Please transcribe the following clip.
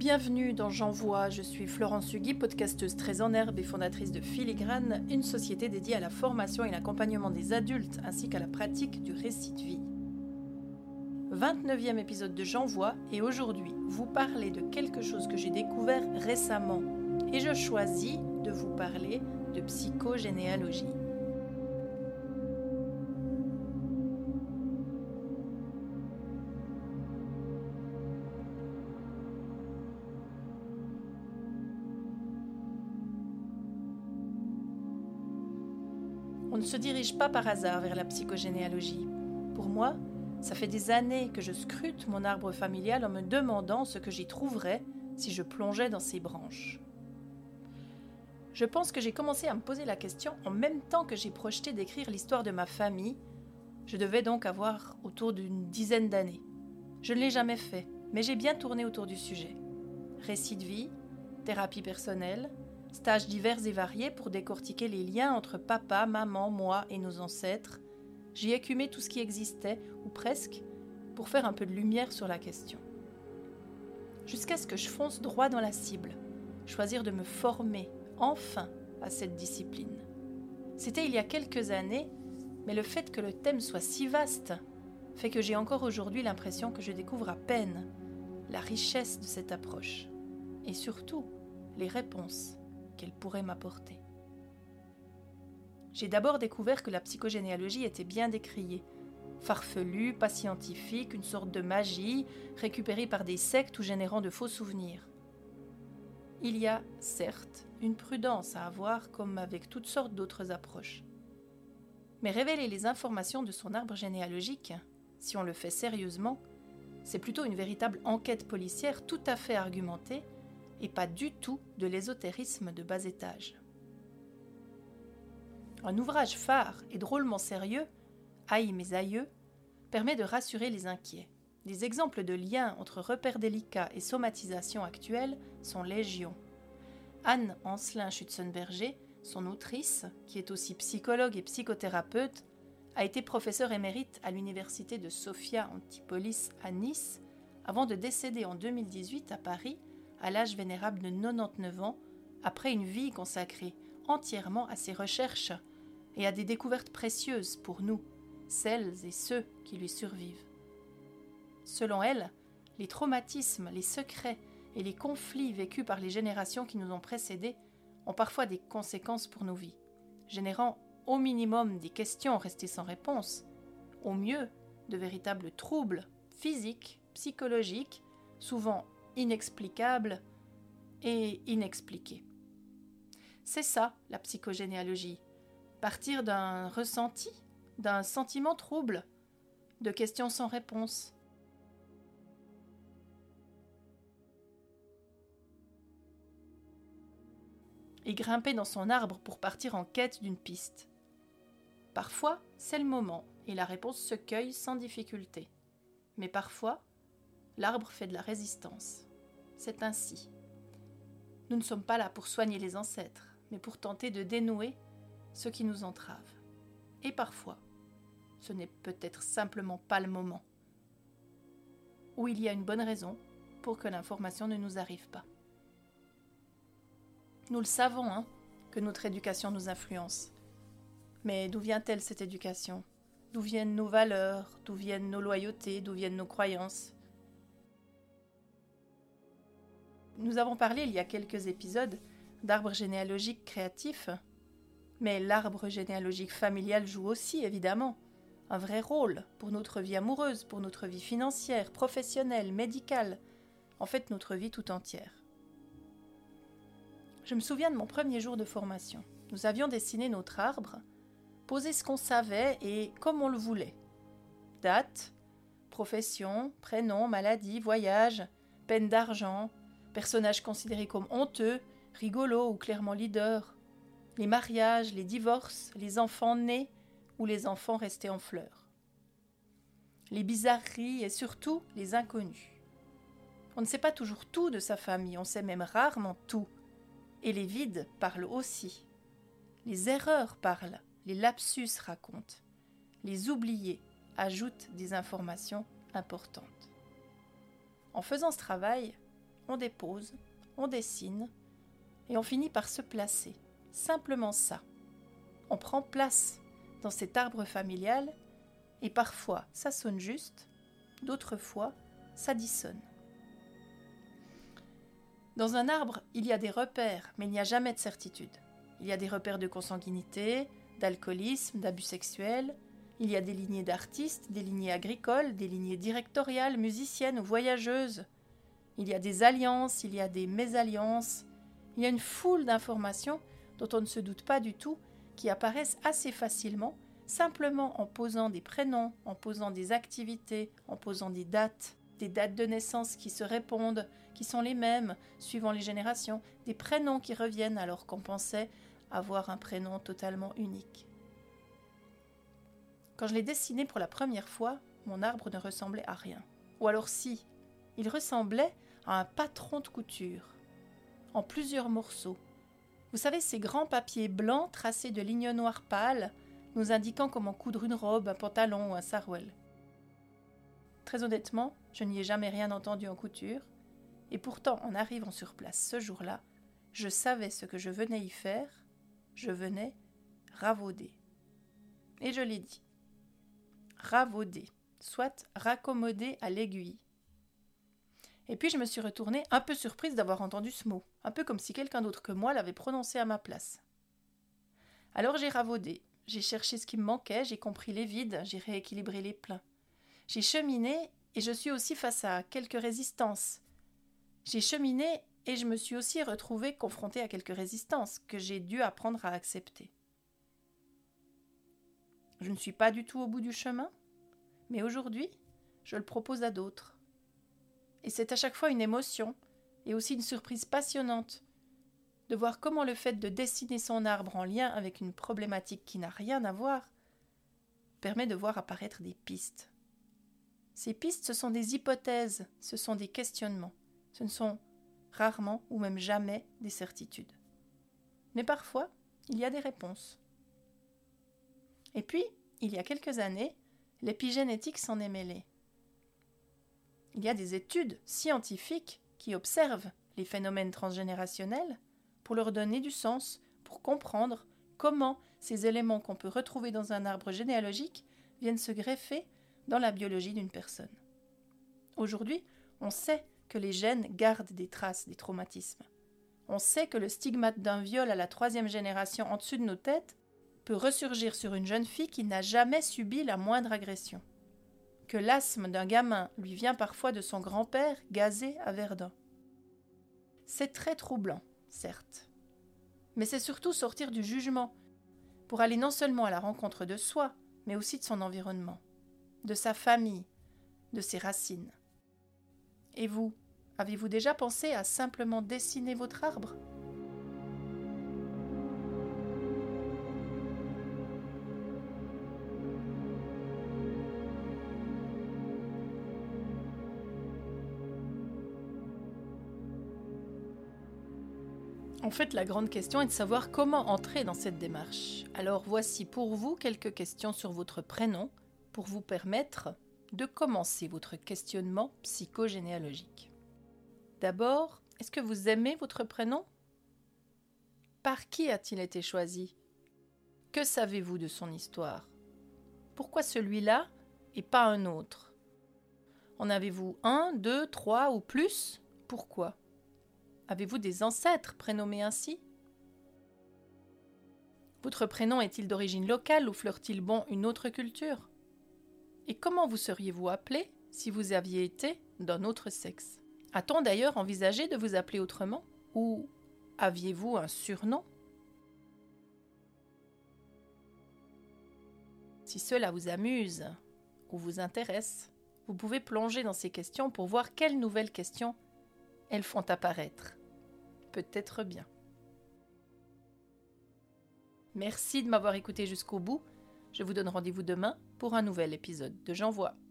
Bienvenue dans J'envoie, je suis Florence Hugui, podcasteuse très en herbe et fondatrice de Filigrane, une société dédiée à la formation et l'accompagnement des adultes ainsi qu'à la pratique du récit de vie. 29e épisode de J'envoie et aujourd'hui, vous parlez de quelque chose que j'ai découvert récemment et je choisis de vous parler de psychogénéalogie. On ne se dirige pas par hasard vers la psychogénéalogie. Pour moi, ça fait des années que je scrute mon arbre familial en me demandant ce que j'y trouverais si je plongeais dans ses branches. Je pense que j'ai commencé à me poser la question en même temps que j'ai projeté d'écrire l'histoire de ma famille. Je devais donc avoir autour d'une dizaine d'années. Je ne l'ai jamais fait, mais j'ai bien tourné autour du sujet. Récits de vie, thérapie personnelle, stages divers et variés pour décortiquer les liens entre papa, maman, moi et nos ancêtres. J'y écumé tout ce qui existait, ou presque, pour faire un peu de lumière sur la question. Jusqu'à ce que je fonce droit dans la cible, choisir de me former, enfin, à cette discipline. C'était il y a quelques années, mais le fait que le thème soit si vaste fait que j'ai encore aujourd'hui l'impression que je découvre à peine la richesse de cette approche, et surtout les réponses qu'elle pourrait m'apporter. J'ai d'abord découvert que la psychogénéalogie était bien décriée, farfelue, pas scientifique, une sorte de magie, récupérée par des sectes ou générant de faux souvenirs. Il y a, certes, une prudence à avoir comme avec toutes sortes d'autres approches. Mais révéler les informations de son arbre généalogique, si on le fait sérieusement, c'est plutôt une véritable enquête policière tout à fait argumentée et pas du tout de l'ésotérisme de bas étage. Un ouvrage phare et drôlement sérieux, Aïe mes aïeux, permet de rassurer les inquiets. Des exemples de liens entre repères délicats et somatisation actuelle sont légion. Anne Ancelin-Schutzenberger, son autrice, qui est aussi psychologue et psychothérapeute, a été professeure émérite à l'université de Sophia Antipolis à Nice, avant de décéder en 2018 à Paris, à l'âge vénérable de 99 ans, après une vie consacrée entièrement à ses recherches et à des découvertes précieuses pour nous, celles et ceux qui lui survivent. Selon elle, les traumatismes, les secrets et les conflits vécus par les générations qui nous ont précédés ont parfois des conséquences pour nos vies, générant au minimum des questions restées sans réponse, au mieux de véritables troubles physiques, psychologiques, souvent inexplicables et inexpliqués. C'est ça, la psychogénéalogie. Partir d'un ressenti, d'un sentiment trouble, de questions sans réponse. Et grimper dans son arbre pour partir en quête d'une piste. Parfois, c'est le moment et la réponse se cueille sans difficulté. Mais parfois, l'arbre fait de la résistance. C'est ainsi. Nous ne sommes pas là pour soigner les ancêtres, mais pour tenter de dénouer ce qui nous entrave. Et parfois, ce n'est peut-être simplement pas le moment. Ou il y a une bonne raison pour que l'information ne nous arrive pas. Nous le savons, que notre éducation nous influence. Mais d'où vient-elle cette éducation ? D'où viennent nos valeurs ? D'où viennent nos loyautés ? D'où viennent nos croyances ? Nous avons parlé il y a quelques épisodes d'arbre généalogique créatif, mais l'arbre généalogique familial joue aussi, évidemment, un vrai rôle pour notre vie amoureuse, pour notre vie financière, professionnelle, médicale, en fait notre vie tout entière. Je me souviens de mon premier jour de formation. Nous avions dessiné notre arbre, posé ce qu'on savait et comme on le voulait. Date, profession, prénom, maladie, voyage, peine d'argent, personnages considérés comme honteux, rigolos ou clairement leaders, les mariages, les divorces, les enfants nés ou les enfants restés en fleurs, les bizarreries et surtout les inconnus. On ne sait pas toujours tout de sa famille, on sait même rarement tout. Et les vides parlent aussi. Les erreurs parlent, les lapsus racontent. Les oubliés ajoutent des informations importantes. En faisant ce travail, on dépose, on dessine, et on finit par se placer. Simplement ça. On prend place dans cet arbre familial, et parfois ça sonne juste, d'autres fois ça dissonne. Dans un arbre, il y a des repères, mais il n'y a jamais de certitude. Il y a des repères de consanguinité, d'alcoolisme, d'abus sexuels. Il y a des lignées d'artistes, des lignées agricoles, des lignées directoriales, musiciennes ou voyageuses. Il y a des alliances, il y a des mésalliances. Il y a une foule d'informations dont on ne se doute pas du tout, qui apparaissent assez facilement, simplement en posant des prénoms, en posant des activités, en posant des dates de naissance qui se répondent, qui sont les mêmes suivant les générations, des prénoms qui reviennent alors qu'on pensait avoir un prénom totalement unique. Quand je l'ai dessiné pour la première fois, mon arbre ne ressemblait à rien. Ou alors si, il ressemblait à un patron de couture, en plusieurs morceaux. Vous savez, ces grands papiers blancs tracés de lignes noires pâles, nous indiquant comment coudre une robe, un pantalon ou un sarouel. Très honnêtement, je n'y ai jamais rien entendu en couture, et pourtant, en arrivant sur place ce jour-là, je savais ce que je venais y faire, je venais ravauder. Et je l'ai dit. Ravauder, soit raccommoder à l'aiguille. Et puis je me suis retournée un peu surprise d'avoir entendu ce mot, un peu comme si quelqu'un d'autre que moi l'avait prononcé à ma place. Alors j'ai ravaudé, j'ai cherché ce qui me manquait, j'ai compris les vides, j'ai rééquilibré les pleins. J'ai cheminé et je suis aussi face à quelques résistances. J'ai cheminé et je me suis aussi retrouvée confrontée à quelques résistances que j'ai dû apprendre à accepter. Je ne suis pas du tout au bout du chemin, mais aujourd'hui, je le propose à d'autres. Et c'est à chaque fois une émotion et aussi une surprise passionnante de voir comment le fait de dessiner son arbre en lien avec une problématique qui n'a rien à voir permet de voir apparaître des pistes. Ces pistes, ce sont des hypothèses, ce sont des questionnements. Ce ne sont rarement ou même jamais des certitudes. Mais parfois, il y a des réponses. Et puis, il y a quelques années, l'épigénétique s'en est mêlée. Il y a des études scientifiques qui observent les phénomènes transgénérationnels pour leur donner du sens, pour comprendre comment ces éléments qu'on peut retrouver dans un arbre généalogique viennent se greffer dans la biologie d'une personne. Aujourd'hui, on sait que les gènes gardent des traces des traumatismes. On sait que le stigmate d'un viol à la 3e génération en dessus de nos têtes peut ressurgir sur une jeune fille qui n'a jamais subi la moindre agression. Que l'asthme d'un gamin lui vient parfois de son grand-père gazé à Verdun. C'est très troublant, certes. Mais c'est surtout sortir du jugement pour aller non seulement à la rencontre de soi, mais aussi de son environnement, de sa famille, de ses racines. Et vous, avez-vous déjà pensé à simplement dessiner votre arbre ? En fait, la grande question est de savoir comment entrer dans cette démarche. Alors voici pour vous quelques questions sur votre prénom pour vous permettre de commencer votre questionnement psychogénéalogique. D'abord, est-ce que vous aimez votre prénom ? Par qui a-t-il été choisi ? Que savez-vous de son histoire ? Pourquoi celui-là et pas un autre ? En avez-vous 1, 2, 3 ou plus ? Pourquoi ? Avez-vous des ancêtres prénommés ainsi ? Votre prénom est-il d'origine locale ou fleure-t-il bon une autre culture ? Et comment vous seriez-vous appelé si vous aviez été d'un autre sexe ? A-t-on d'ailleurs envisagé de vous appeler autrement ? Ou aviez-vous un surnom ? Si cela vous amuse ou vous intéresse, vous pouvez plonger dans ces questions pour voir quelles nouvelles questions elles font apparaître. Peut-être bien. Merci de m'avoir écouté jusqu'au bout. Je vous donne rendez-vous demain pour un nouvel épisode de J'envoie.